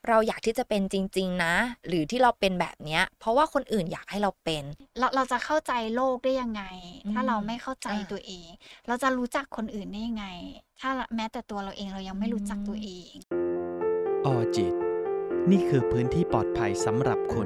เราอยากที่จะเป็นจริงๆนะหรือที่เราเป็นแบบเนี้ยเพราะว่าคนอื่นอยากให้เราเป็นเราจะเข้าใจโลกได้ยังไงถ้าเราไม่เข้าใจอาตัวเองเราจะรู้จักคนอื่นได้ยังไงถ้าแม้แต่ตัวเราเองเรายังอืไม่รู้จักตัวเอมงออจิตนี่คือพื้นที่ปลอดภัยสำหรับคุณ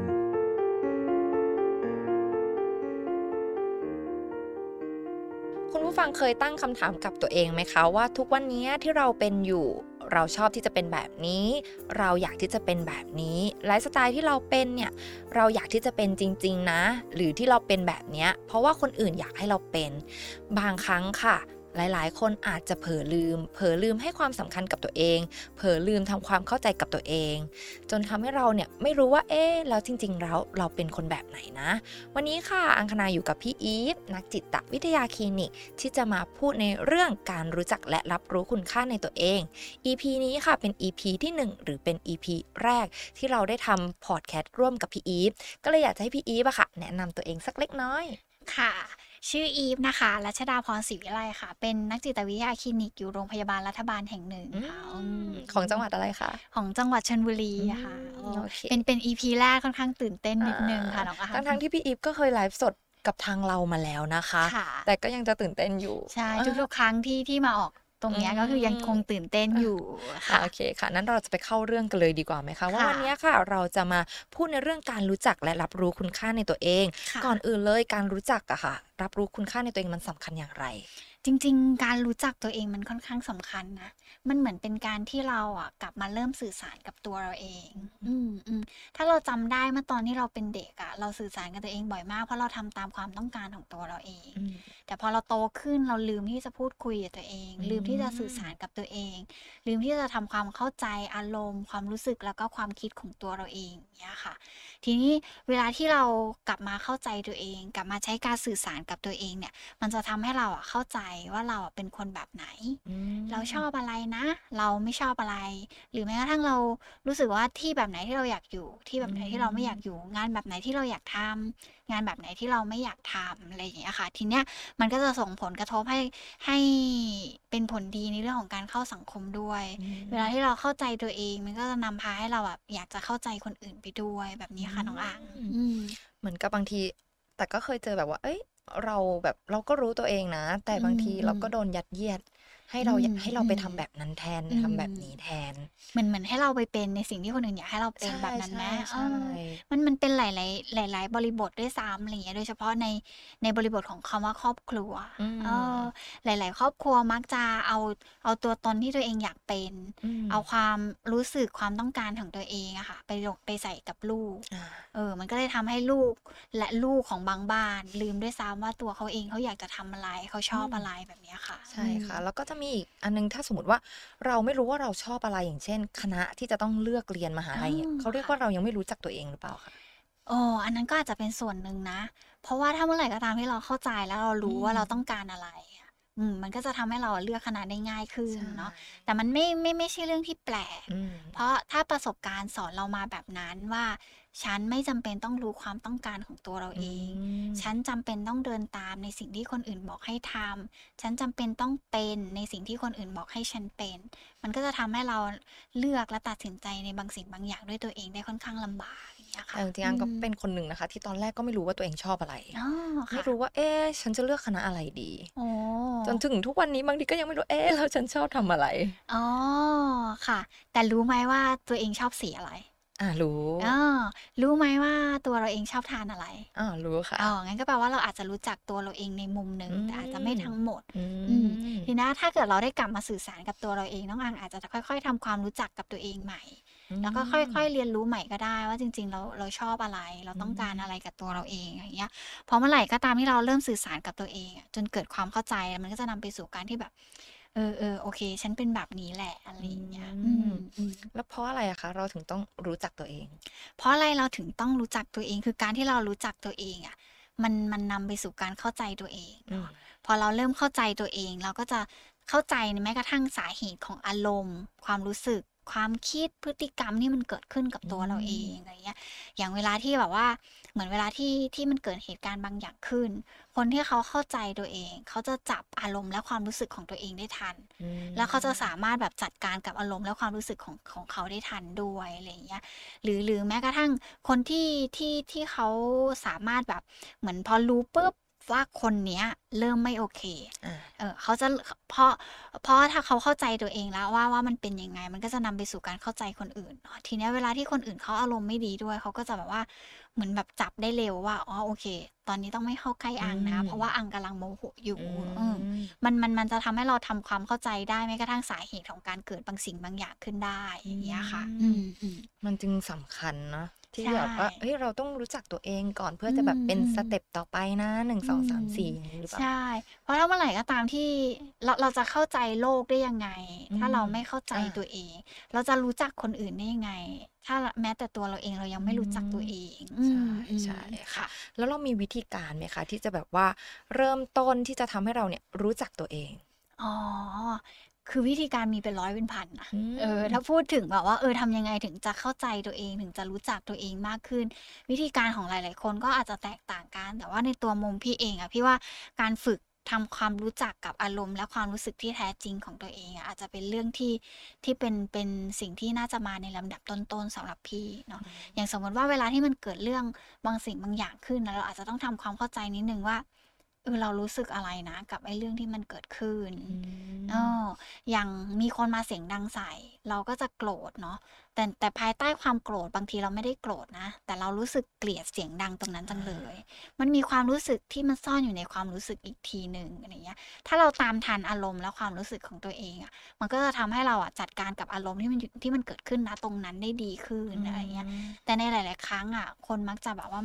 คุณผู้ฟังเคยตั้งคำถามกับตัวเองไหมคะว่าทุกวันนี้ที่เราเป็นอยู่เราชอบที่จะเป็นแบบนี้เราอยากที่จะเป็นแบบนี้ไลฟ์สไตล์ที่เราเป็นเนี่ยเราอยากที่จะเป็นจริงๆนะหรือที่เราเป็นแบบเนี้ยเพราะว่าคนอื่นอยากให้เราเป็นบางครั้งค่ะหลายๆคนอาจจะเผลอลืมให้ความสำคัญกับตัวเองเผลอลืมทำความเข้าใจกับตัวเองจนทำให้เราเนี่ยไม่รู้ว่าแล้วจริงๆแล้วเราเป็นคนแบบไหนนะ วันนี้ค่ะอังคณาอยู่กับพี่อีฟนักจิตวิทยาคลินิกที่จะมาพูดในเรื่องการรู้จักและรับรู้คุณค่าในตัวเอง EP นี้ค่ะเป็น EP ที่1หรือเป็น EP แรกที่เราได้ทำพอดแคสต์ร่วมกับพี่อีฟก็เลยอยากจะให้พี่อีฟอะค่ะแนะนำตัวเองสักเล็กน้อยค่ะชื่ออีฟนะคะรัชดาพรศรีวิไลค่ะเป็นนักจิตวิทยาคลินิกอยู่โรงพยาบาลรัฐบาลแห่งหนึ่งอืค่ะของจังหวัดอะไรคะของจังหวัดชลบุรีอืค่ะโอเคเป็น EP แรกค่อนข้างตื่นเต้นอ่นิดนึงค่ะน้องาอาทั้งๆที่พี่อีฟก็เคยไลฟ์สดกับทางเรามาแล้วนะคะค่ะแต่ก็ยังจะตื่นเต้นอยู่ใช่ทุกๆครั้งที่มาออกตรงอืเนี้ยก็คือยังคงมตื่นเต้นอยู่ค่ะโอเคค่ะนั้นเราจะไปเข้าเรื่องกันเลยดีกว่าไหมคะว่าค่ะวันนี้ค่ะเราจะมาพูดในเรื่องการรู้จักและรับรู้คุณค่าในตัวเองค่ะก่อนอื่นเลยการรู้จักอะค่ะรับรู้คุณค่าในตัวเองมันสำคัญอย่างไรจริงๆการรู้จักตัวเองมันค่อนข้างสำคัญนะมันเหมือนเป็นการที่เราอะกลับมาเริ่มสื่อสารกับตัวเราเองถ้าเราจำได้เมื่อตอนที่เราเป็นเด็กอะเราสื่อสารกับตัวเองบ่อยมากเพราะเราทำตามความต้องการของตัวเราเองอืมแต่พอเราโตขึ้นเราลืมที่จะพูดคุยกับตัวเองอืลืมที่จะสื่อมสารกับตัวเองลืมที่จะทำความเข้าใจอารมณ์ความรู้สึกแล้วก็ความคิดของตัวเราเองอย่างเงี้ยค่ะ ทีนี้เวลาที่เรากลับมาเข้าใจตัวเองกลับมาใช้การสื่อสารกับตัวเองเนี่ยมันจะทำให้เราอะเข้าใจว่าเราอะเป็นคนแบบไหนอืเราชอบมอะไรนะเราไม่ชอบอะไรหรือแม้กระทั่งเรารู้สึกว่าที่แบบไหนที่เราอยากอยู่ที่แบอืบไหนที่เราไม่อยากอมยู่งานแบบไหนที่เราอยากทำงานแบบไหนที่เราไม่อยากทำอะไรอย่างเงี้ยค่ะทีเนี้ยมันก็จะส่งผลกระทบให้เป็นผลดีในเรื่องของการเข้าสังคมด้วยอืเวลาที่เราเข้าใจตัวเองมันก็จะนำพาให้เราแบบอยากจะเข้าใจคนอื่นไปด้วยแบบนี้ค่ะน้องอังมอืมเหมือนกับบางทีแต่ก็เคยเจอแบบว่าเราแบบเราก็รู้ตัวเองนะแต่อืบางทีเรามก็โดนยัดเยียดให้อืมให้เราอืมไปทำแบบนั้นแทนอืทำแบมบนี้แทนเหมือนให้เราไปเป็นในสิ่งที่คนอื่นอยากให้เราเป็นใช่แบบนั้นไหมๆเออๆมันเป็นหลายๆบริบทด้วยซ้ำอะไรอย่างเงี้ยโดยเฉพาะในบริบทของคำว่าครอบครัวอืเออมหลายๆครอบครัวมักจะเอาตัวตนที่ตัวเองอยากเป็นอืมเอาความรู้สึกความต้องการของตัวเองอะค่ะไปใส่กับลูกอามันก็เลยทำให้ลูกและลูกของบางบ้านลืมด้วยซ้ำว่าตัวเขาเองเขาอยากจะทำอะไรเขาชอืมอบอะไรแบบเนี้ยค่ะใช่ค่ะแล้วก็จะมีอีกอันหนึ่งถ้าสมมติว่าเราไม่รู้ว่าเราชอบอะไรอย่างเช่นคณะที่จะต้องเลือกเรียนมหาอ๋อลัยเนี่ยเขาเรียกค่ะว่าเรายังไม่รู้จักตัวเองหรือเปล่าคะอันนั้นก็อาจจะเป็นส่วนหนึ่งนะ เพราะว่าถ้าเมื่อไหร่ก็ตามที่เราเข้าใจแล้วเราอืรู้ว่ามเราต้องการอะไรอะมันก็จะทำให้เราเลือกคณะได้ง่ายขึ้นใช่เนาะแต่มันไม่ใช่เรื่องที่แปลกอืมเพราะถ้าประสบการณ์สอนเรามาแบบนั้นว่าฉันไม่จำเป็นต้องรู้ความต้องการของตัวเราอืเองมฉันจำเป็นต้องเดินตามในสิ่งที่คนอื่นบอกให้ทำฉันจำเป็นต้องเป็นในสิ่งที่คนอื่นบอกให้ฉันเป็น มันก็จะทำให้เราเลือกและตัดสินใจในบางสิ่งบางอย่างด้วยตัวเองได้ค่อนข้างลำบากอย่างเงี้ยค่ะแต่จริงๆอันก็เป็นคนหนึ่งนะคะที่ตอนแรกก็ไม่รู้ว่าตัวเองชอบอะไรอ๋อไม่ค่ะรู้ว่าฉันจะเลือกคณะอะไรดีอ๋อจนถึงทุกวันนี้บางทีก็ยังไม่รู้แล้วฉันชอบทำอะไรอ๋อค่ะแต่รู้ไหมว่าตัวเองชอบสีอะไรรู้เออรู้ไหมว่าตัวเราเองชอบทานอะไรรู้ค่ะงั้นก็แปลว่าเราอาจจะรู้จักตัวเราเองในมุมหนึ่งอืแต่อาจจะไม่มทั้งหมดอือืมมทีนี้ถ้าเกิดเราได้กลับมาสื่อสารกับตัวเราเองน้องอังอาจจะค่อยๆทำความรู้จักกับตัวเองใหม่อืแล้วก็มค่อยๆเรียนรู้ใหม่ก็ได้ว่าจริงๆเราชอบอะไรเราอืต้องการอะไรมกับตัวเราเองอย่างเงี้ยพอเมื่อไหร่ก็ตามที่เราเริ่มสื่อสารกับตัวเองอะจนเกิดความเข้าใจมันก็จะนำไปสู่การที่แบบโอเคฉันเป็นแบบนี้แหละอะไรอือย่างเงี้ยมอืมแล้วเพราะอะไรอะคะเราถึงต้องรู้จักตัวเองเพราะอะไรเราถึงต้องรู้จักตัวเองคือการที่เรารู้จักตัวเองอะมันนำไปสู่การเข้าใจตัวเองอืมเนาะพอเราเริ่มเข้าใจตัวเองเราก็จะเข้าใจในแม้กระทั่งสาเหตุของอารมณ์ความรู้สึกความคิดพฤติกรรมที่มันเกิดขึ้นกับอืตัวเราเอมงอะไรเงี้ยอย่างเวลาที่แบบว่าเหมือนเวลาที่มันเกิดเหตุการณ์บางอย่างขึ้นคนที่เขาเข้าใจตัวเองเขาจะจับอารมณ์และความรู้สึกของตัวเองได้ทันอืแล้วเขาจะมสามารถแบบจัดการกับอารมณ์และความรู้สึกของเขาได้ทันด้วยอะไรอย่างเงี้ยหรือแม้กระทั่งคนที่เขาสามารถแบบเหมือนพอรู้ปุ๊บว่าคนเนี้ยเริ่มไม่โอเคอ่าเขาจะเพราะเพราะถ้าเขาเข้าใจตัวเองแล้วว่ามันเป็นยังไงมันก็จะนำไปสู่การเข้าใจคนอื่นเนาะทีเนี้ยเวลาที่คนอื่นเขาอารมณ์ไม่ดีด้วยเขาก็จะแบบว่าเหมือนแบบจับได้เร็วว่าอ๋อโอเคตอนนี้ต้องไม่เข้าใกล้อือังนะเพราะว่ามอังกำลังโมโหอยู่อือืมมมันจะทำให้เราทำความเข้าใจได้แม้กระทั่งสาเหตุของการเกิดบางสิ่งบางอย่างขึ้นได้อือย่างเงี้ยค่ะมอืมมันจึงสำคัญเนาะที่ใช่แบบว่าเฮ้ยเราต้องรู้จักตัวเองก่อนเพื่ออืจะแบบเป็นสมเต็ปต่อไปนะ1 อื 2 ม 3 4อย่างงี้หรือเปล่าใช่เพราะถ้าเมื่อไหร่ก็ตามที่เราจะเข้าใจโลกได้ยังไงอืถ้าเรามไม่เข้าใจอาตัวเองเราจะรู้จักคนอื่นได้ยังไงถ้าแม้แต่ตัวเราเองเรายังอืไม่รู้จักตัวมเองใช่อืมใช่ค่ะค่ะแล้วเรามีวิธีการไหมคะที่จะแบบว่าเริ่มต้นที่จะทำให้เราเนี่ยรู้จักตัวเองอ๋อ คือวิธีการมีเป็นร้อยเป็นพันนะอืมถ้าพูดถึงแบบว่าทำยังไงถึงจะเข้าใจตัวเองถึงจะรู้จักตัวเองมากขึ้น วิธีการของหลายๆคนก็อาจจะแตกต่างกัน แต่ว่าในตัวมุมพี่เองอะพี่ว่าการฝึกทำความรู้จักกับอารมณ์และความรู้สึกที่แท้จริงของตัวเองอะอาจจะเป็นเรื่องที่เป็นสิ่งที่น่าจะมาในลำดับต้นๆสำหรับพี่เนาะอย่างสมมติว่าเวลาที่มันเกิดเรื่องบางสิ่งบางอย่างขึ้นแล้วเราอาจจะต้องทำความเข้าใจนิดนึงว่าเรารู้สึกอะไรนะกับไอ้เรื่องที่มันเกิดขึ้นอืเอมออย่างมีคนมาเสียงดังใส่เราก็จะโกรธเนาะแต่ภายใต้ความโกรธบางทีเราไม่ได้โกรธนะแต่เรารู้สึกเกลียดเสียงดังตรงนั้นจังเลอายมันมีความรู้สึกที่มันซ่อนอยู่ในความรู้สึกอีกทีหนึ่งอะไรเงี้ยถ้าเราตามทันอารมณ์และความรู้สึกของตัวเองอะมันก็จะทำให้เราอะจัดการกับอารมณ์ที่มันเกิดขึ้นณตรงนั้นได้ดีขึ้นอือะไรเงี้ยมแต่ในหลายๆครั้งอะคนมักจะแบบว่า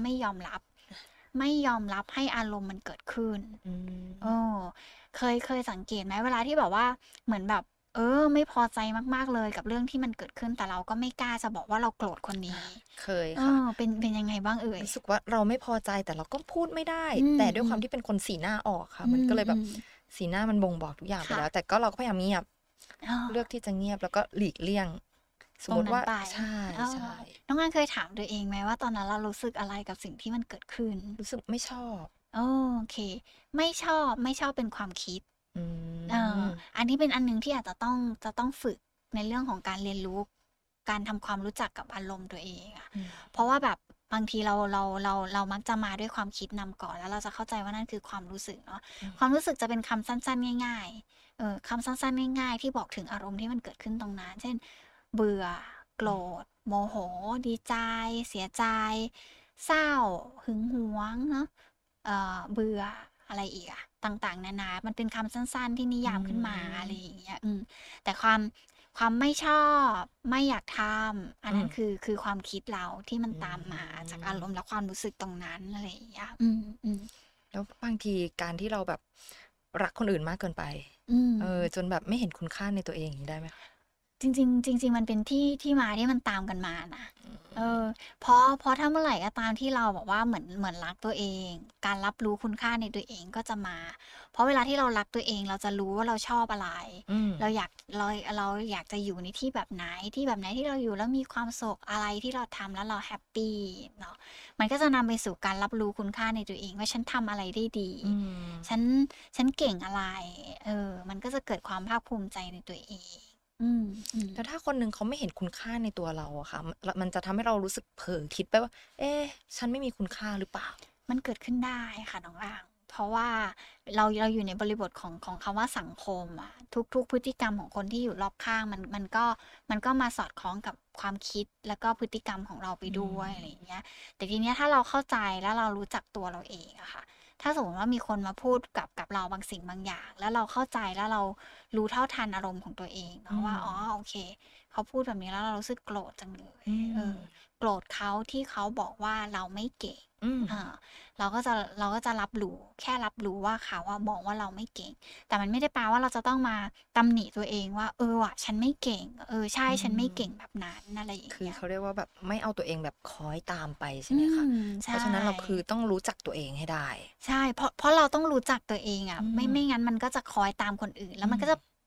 ไม่ยอมรับให้อารมณ์มันเกิดขึ้นอืเอมอเคยสังเกตไหมเวลาที่แบบว่าเหมือนแบบไม่พอใจมากๆเลยกับเรื่องที่มันเกิดขึ้นแต่เราก็ไม่กล้าจะบอกว่าเราโกรธคนอานี้เคยค่ะเป็นยังไงบ้างเอ่ยรู้สึกว่าเราไม่พอใจแต่เราก็พูดไม่ได้อืมแต่ด้วยอืมความที่เป็นคนสีหน้าออกค่ะอืมันก็เลยแบบมอืมสีหน้ามันบ่งบอกทุกอย่างไปค่ะแล้วแต่ก็เราก็พยายามเงียบอ้อเลือกที่จะเงียบแล้วก็หลีกเลี่ยงสมมุติว่าตรงนั้นไปใช่อ้อใช่น้องอันเคยถามตัวเองไหมว่าตอนนั้นเรารู้สึกอะไรกับสิ่งที่มันเกิดขึ้นรู้สึกไม่ชอบโอเคไม่ชอบเป็นความคิดอืเออมอันนี้เป็นอันหนึ่งที่อาจจะต้องฝึกในเรื่องของการเรียนรู้การทำความรู้จักกับอารมณ์ตัวเองอะอืมเพราะว่าแบบบางทีเรามักจะมาด้วยความคิดนำก่อนแล้วเราจะเข้าใจว่านั่นคือความรู้สึกเนาะอืมความรู้สึกจะเป็นคำสั้นๆง่ายๆคำสั้นๆง่ายๆที่บอกถึงอารมณ์ที่มันเกิดขึ้นตรงนั้นเช่นเบื่อโกรธโมโหดีใจเสียใจเศร้าหึงหวงเนาะ เบื่ออะไรอีกอะต่างๆนานามันเป็นคำสั้นๆที่นิอืยามขึ้นมาอะไรอมย่างเงี้ยแต่ความไม่ชอบไม่อยากทำอันอืมนั้นคือความคิดเราที่มันอืตามมาจากอารมณ์มและความรู้สึกตรงนั้นอะไรอย่างเงี้ยแล้วบางทีการที่เราแบบรักคนอื่นมากเกินไปอืมจนแบบไม่เห็นคุณค่าในตัวเองอย่างงี้ได้ไหมคะจริงๆจริงๆมันเป็นที่มาที่มันตามกันมานะเออเพราะถ้าเมื่อไหร่ก็ตามที่เราแบบว่าเหมือนรักตัวเองการรับรู้คุณค่าในตัวเองก็จะมาเพราะเวลาที่เรารักตัวเองเราจะรู้ว่าเราชอบอะไรอืมเราอยากเราเราอยากจะอยู่ในที่แบบไหนที่แบบไหนที่เราอยู่แล้วมีความสุขอะไรที่เราทำแล้วเราแฮปปีเนาะมันก็จะนำไปสู่การรับรู้คุณค่าในตัวเองว่าฉันทำอะไรได้ดีอืมฉันฉันเก่งอะไรมันก็จะเกิดความภาคภูมิใจในตัวเอง อืมอืมแล้วถ้าคนหนึ่งเขาไม่เห็นคุณค่าในตัวเราอะค่ะมันจะทำให้เรารู้สึกเผลอคิดไปว่าเอ๊ะฉันไม่มีคุณค่าหรือเปล่ามันเกิดขึ้นได้ค่ะน้องอ่างเพราะว่าเราอยู่ในบริบทของคำว่าสังคมอะทุกพฤติกรรมของคนที่อยู่รอบข้างมันก็มาสอดคล้องกับความคิดแล้วก็พฤติกรรมของเราไปอืด้วยมอะไรอย่างเงี้ยแต่ทีเนี้ยถ้าเราเข้าใจแล้วเรารู้จักตัวเราเองอะค่ะถ้าสมมติว่ามีคนมาพูดกับเราบางสิ่งบางอย่างแล้วเราเข้าใจแล้วเรารู้เท่าทันอารมณ์ของตัวเองอืเนาะว่ามอ๋อโอเคเขาพูดแบบนี้แล้วเรารู้สึกโกรธจังเลยอืมโกรธเขาที่เขาบอกว่าเราไม่เก่งอืมอา เราก็จะรับรู้แค่รับรู้ว่าเขาอะมองว่าเราไม่เก่งแต่มันไม่ได้แปลว่าเราจะต้องมาตำหนิตัวเองว่าว่ะฉันไม่เก่งใช่อืฉันไม่มเก่งแบบนั้นอะไรอย่างเงี้ยคือเขาเรียกว่าแบบไม่เอาตัวเองแบบคล้อยตามไปใช่อืไหมคะมเพใช่ราะฉะนั้นเราคือต้องรู้จักตัวเองให้ได้ใช่เพราะเราต้องรู้จักตัวเองอะอืไม่มไม่งั้นมันก็จะคล้อยตามคนอื่นแล้วอืมมันก็จะ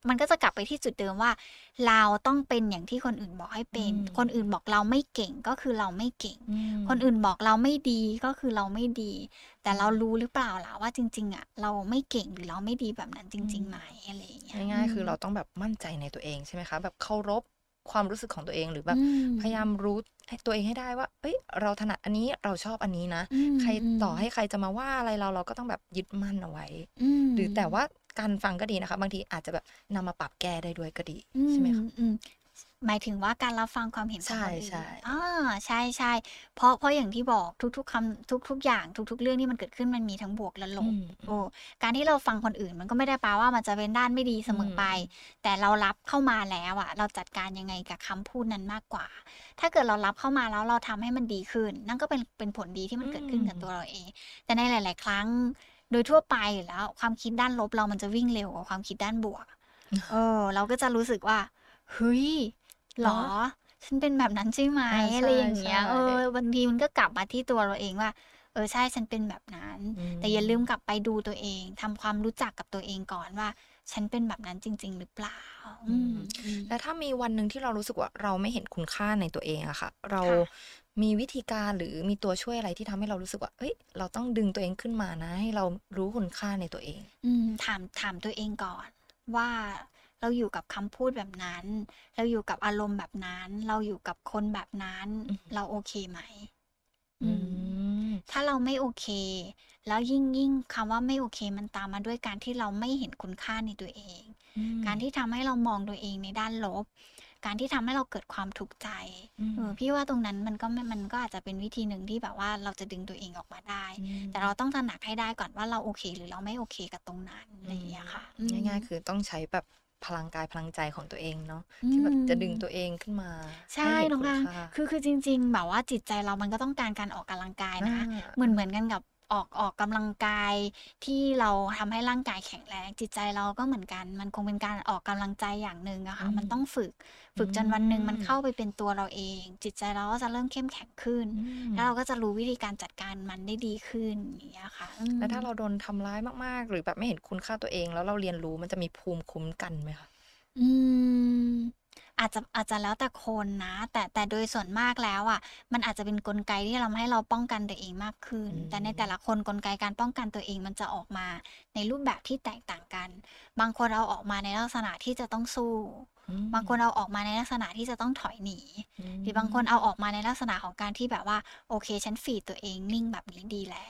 มันก็จะกลับไปที่จุดเดิมว่า เราต้องเป็นอย่างที่คนอื่นบอกให้เป็น คนอื่นบอกเราไม่เก่งก็คือเราไม่เก่ง คนอื่นบอกเราไม่ดีก็คือเราไม่ดี แต่เรารู้หรือเปล่าล่ะว่าจริงๆอ่ะเราไม่เก่งหรือเราไม่ดีแบบนั้นจริงๆไหมอะไรอย่างเงี้ยง่ายๆคือเราต้องแบบมั่นใจในตัวเองใช่ไหมคะแบบเคารพความรู้สึกของตัวเองหรือแบบอืมพยายามรู้ให้ตัวเองให้ได้ว่า เอ้ย เราถนัดอันนี้เราชอบอันนี้นะอืมใครอืมต่อให้ใครจะมาว่าอะไรเราก็ต้องแบบยึดมั่นเอาไว้อืมหรือแต่ว่าการฟังก็ดีนะคะ บางทีอาจจะแบบนำมาปรับแก้ได้ด้วยก็ดีอืใช่ไหมมคะอืม หมายถึงว่าการรับฟังความเห็นของใช่คนอื่นใช่ใช่ๆเพราะอย่างที่บอกทุกๆคำทุกๆอย่างทุกๆเรื่องที่มันเกิดขึ้นมันมีทั้งบวกและลอืบมโอ้การที่เราฟังคนอื่นมันก็ไม่ได้แปลว่ามันจะเป็นด้านไม่ดีเสมอไป แต่เรารับเข้ามาแล้วอะเราจัดการยังไงกับคำพูดนั้นมากกว่า ถ้าเกิดเรารับเข้ามาแล้วเราทำให้มันดีขึ้น นั่นก็เป็นผลดีที่มันเกิดขึ้นกับตัวเราเอง แต่ในหลาย ๆ ครั้งโดยทั่วไปอยู่แล้วความคิดด้านลบเรามันจะวิ่งเร็วกว่าความคิดด้านบวก เราก็จะรู้สึกว่า เฮ้ย เหรอ ฉันเป็นแบบนั้นใช่ไหมใช่อะไรอย่างเงี้ยใช่บางทีมันก็กลับมาที่ตัวเราเองว่า ใช่ ฉันเป็นแบบนั้น แต่อย่าลืมกลับไปดูตัวเอง ทำความรู้จักกับตัวเองก่อนว่า ฉันเป็นแบบนั้นจริง ๆ หรือเปล่า อืมแล้วถ้ามีวันหนึ่งที่เรารู้สึกว่าเราไม่เห็นคุณค่าในตัวเองอะค่ะ เราค่ะมีวิธีการหรือมีตัวช่วยอะไรที่ทำให้เรารู้สึกว่า เฮ้ย เราต้องดึงตัวเองขึ้นมานะ ให้เรารู้คุณค่าในตัวเองถามตัวเองก่อนว่าเราอยู่กับคำพูดแบบนั้น เราอยู่กับอารมณ์แบบนั้น เราอยู่กับคนแบบนั้นอือฮึเราโอเคไหมอืมถ้าเราไม่โอเค แล้วยิ่งคำว่าไม่โอเคมันตามมาด้วยการที่เราไม่เห็นคุณค่าในตัวเอง การที่ทำให้เรามองตัวเองในด้านลบ การที่ทำให้เราเกิดความทุกข์ใจ พี่ว่าตรงนั้นมันก็อาจจะเป็นวิธีหนึ่งที่แบบว่าเราจะดึงตัวเองออกมาได้ แต่เราต้องตระหนักให้ได้ก่อนว่าเราโอเคหรือเราไม่โอเคกับตรงนั้นอะไรอย่างเงี้ยค่ะง่ายๆ คือต้องใช้แบบพลังกายพลังใจของตัวเองเนาะที่แบบจะดึงตัวเองขึ้นมาใช่ห้เห็นน้องคุณอังค่าคือจริง ๆ แบบว่าจิตใจเรามันก็ต้องการการออกกำลังกายนะอ่าเหมือนกันกับออกกำลังกายที่เราทำให้ร่างกายแข็งแรง จิตใจเราก็เหมือนกัน มันคงเป็นการออกกำลังใจอย่างหนึ่งอะค่ะ มันต้องฝึกจนวันหนึ่งมันเข้าไปเป็นตัวเราเอง จิตใจเราก็จะเริ่มเข้มแข็งขึ้น แล้วเราก็จะรู้วิธีการจัดการมันได้ดีขึ้นอย่างเงี้ยค่ะแล้วถ้าเราโดนทำร้ายมากๆ หรือแบบไม่เห็นคุณค่าตัวเอง แล้วเราเรียนรู้มันจะมีภูมิคุ้มกันไหมคะอืม อาจจะแล้วแต่คนนะ แต่โดยส่วนมากแล้วอะมันอาจจะเป็นกลไกที่ทำให้เราป้องกันตัวเองมากขึ้น แต่ในแต่ละคนกลไกการป้องกันตัวเองมันจะออกมาในรูปแบบที่แตกต่างกัน บางคนเอาออกมาในลักษณะที่จะต้องสู้ บางคนเอาออกมาในลักษณะที่จะต้องถอยหนี หรือบางคนเอาออกมาในลักษณะของการที่แบบว่า โอเค ฉันฟีดตัวเองนิ่งแบบนี้ดีแล้ว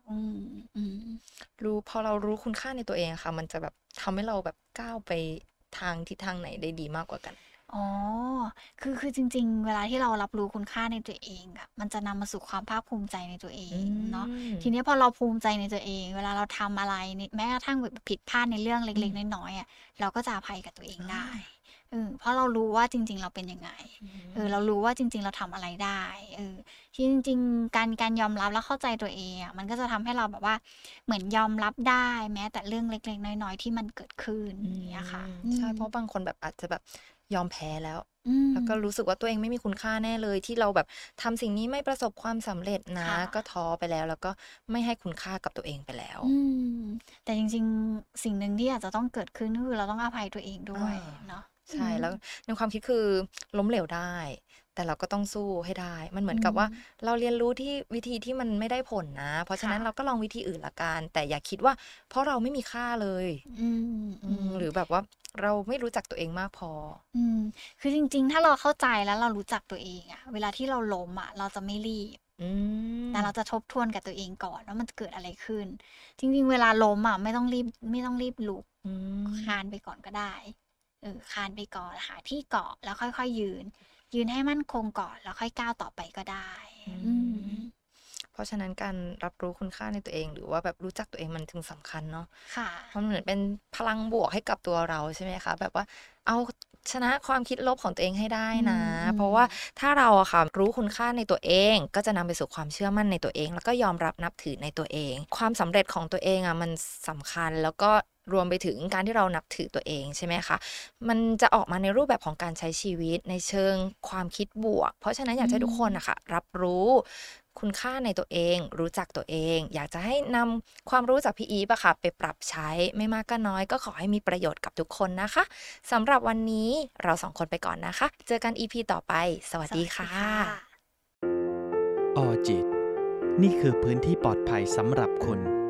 พอเรารู้คุณค่าในตัวเองอะค่ะ มันจะแบบทำให้เราแบบก้าวไปทางทิศทางไหนได้ดีมากกว่ากันคือจริง ๆ เวลาที่เรารับรู้คุณค่าในตัวเองอะมันจะนำมาสู่ความภาคภูมิใจในตัวเองเนาะ ทีนี้พอเราภูมิใจในตัวเอง เวลาเราทำอะไรแม้กระทั่งแบบผิดพลาดในเรื่องเล็ก ๆ น้อยๆอะเราก็จะอภัยกับตัวเองได้ เพราะเรารู้ว่าจริง ๆ เราเป็นยังไง เรารู้ว่าจริง ๆ เราทำอะไรได้ ที่จริง ๆ การยอมรับและเข้าใจตัวเองอะมันก็จะทำให้เราแบบว่าเหมือนยอมรับได้แม้แต่เรื่องเล็ก ๆ น้อย ๆ ที่มันเกิดขึ้นอย่างเงี้ยค่ะใช่ เพราะบางคนแบบอาจจะแบบยอมแพ้แล้วอืมแล้วก็รู้สึกว่าตัวเองไม่มีคุณค่าแน่เลย ที่เราแบบทำสิ่งนี้ไม่ประสบความสำเร็จนะค่ะก็ท้อไปแล้ว แล้วก็ไม่ให้คุณค่ากับตัวเองไปแล้วแต่จริง ๆ สิ่งหนึ่งที่อาจจะต้องเกิดขึ้นก็คือเราต้องอภัยตัวเองด้วยอ่าเนาะใช่ แล้วในความคิดคือล้มเหลวได้ แต่เราก็ต้องสู้ให้ได้ มันเหมือนกับว่าเราเรียนรู้ที่วิธีที่มันไม่ได้ผลนะ เพราะฉะนั้นค่ะเราก็ลองวิธีอื่นละกัน แต่อย่าคิดว่า เพราะเราไม่มีค่าเลย หรือแบบว่าเราไม่รู้จักตัวเองมากพอคือจริง ๆ ถ้าเราเข้าใจแล้วเรารู้จักตัวเองอะเวลาที่เราล้มอะเราจะไม่รีบอืมแต่เราจะทบทวนกับตัวเองก่อนว่ามันจะเกิดอะไรขึ้น จริง ๆ เวลาล้มอะไม่ต้องรีบลุกอืมคลานไปก่อนก็ได้ คลานไปก่อนหาที่เกาะแล้วค่อยๆยืนให้มั่นคงก่อนแล้วค่อยก้าวต่อไปก็ได้เพราะฉะนั้นการรับรู้คุณค่าในตัวเอง หรือว่าแบบรู้จักตัวเองมันถึงสำคัญเนาะค่ะมันเหมือนเป็นพลังบวกให้กับตัวเราใช่ไหมคะ แบบว่าเอาชนะความคิดลบของตัวเองให้ได้นะ เพราะว่าถ้าเราอะค่ะรู้คุณค่าในตัวเอง ก็จะนำไปสู่ความเชื่อมั่นในตัวเอง แล้วก็ยอมรับนับถือในตัวเอง ความสำเร็จของตัวเองอะมันสำคัญ แล้วก็รวมไปถึงการที่เรานับถือตัวเองใช่ไหมคะ มันจะออกมาในรูปแบบของการใช้ชีวิตในเชิงความคิดบวก เพราะฉะนั้นอยากให้ทุกคนอะค่ะรับรู้คุณค่าในตัวเองรู้จักตัวเองอยากจะให้นำความรู้จากพี่อีฟอะค่ะไปปรับใช้ไม่มากก็น้อยก็ขอให้มีประโยชน์กับทุกคนนะคะสำหรับวันนี้เราสองคนไปก่อนนะคะเจอกัน EP ต่อไปสวัสดีค่ะออจิต นี่คือพื้นที่ปลอดภัยสำหรับคุณ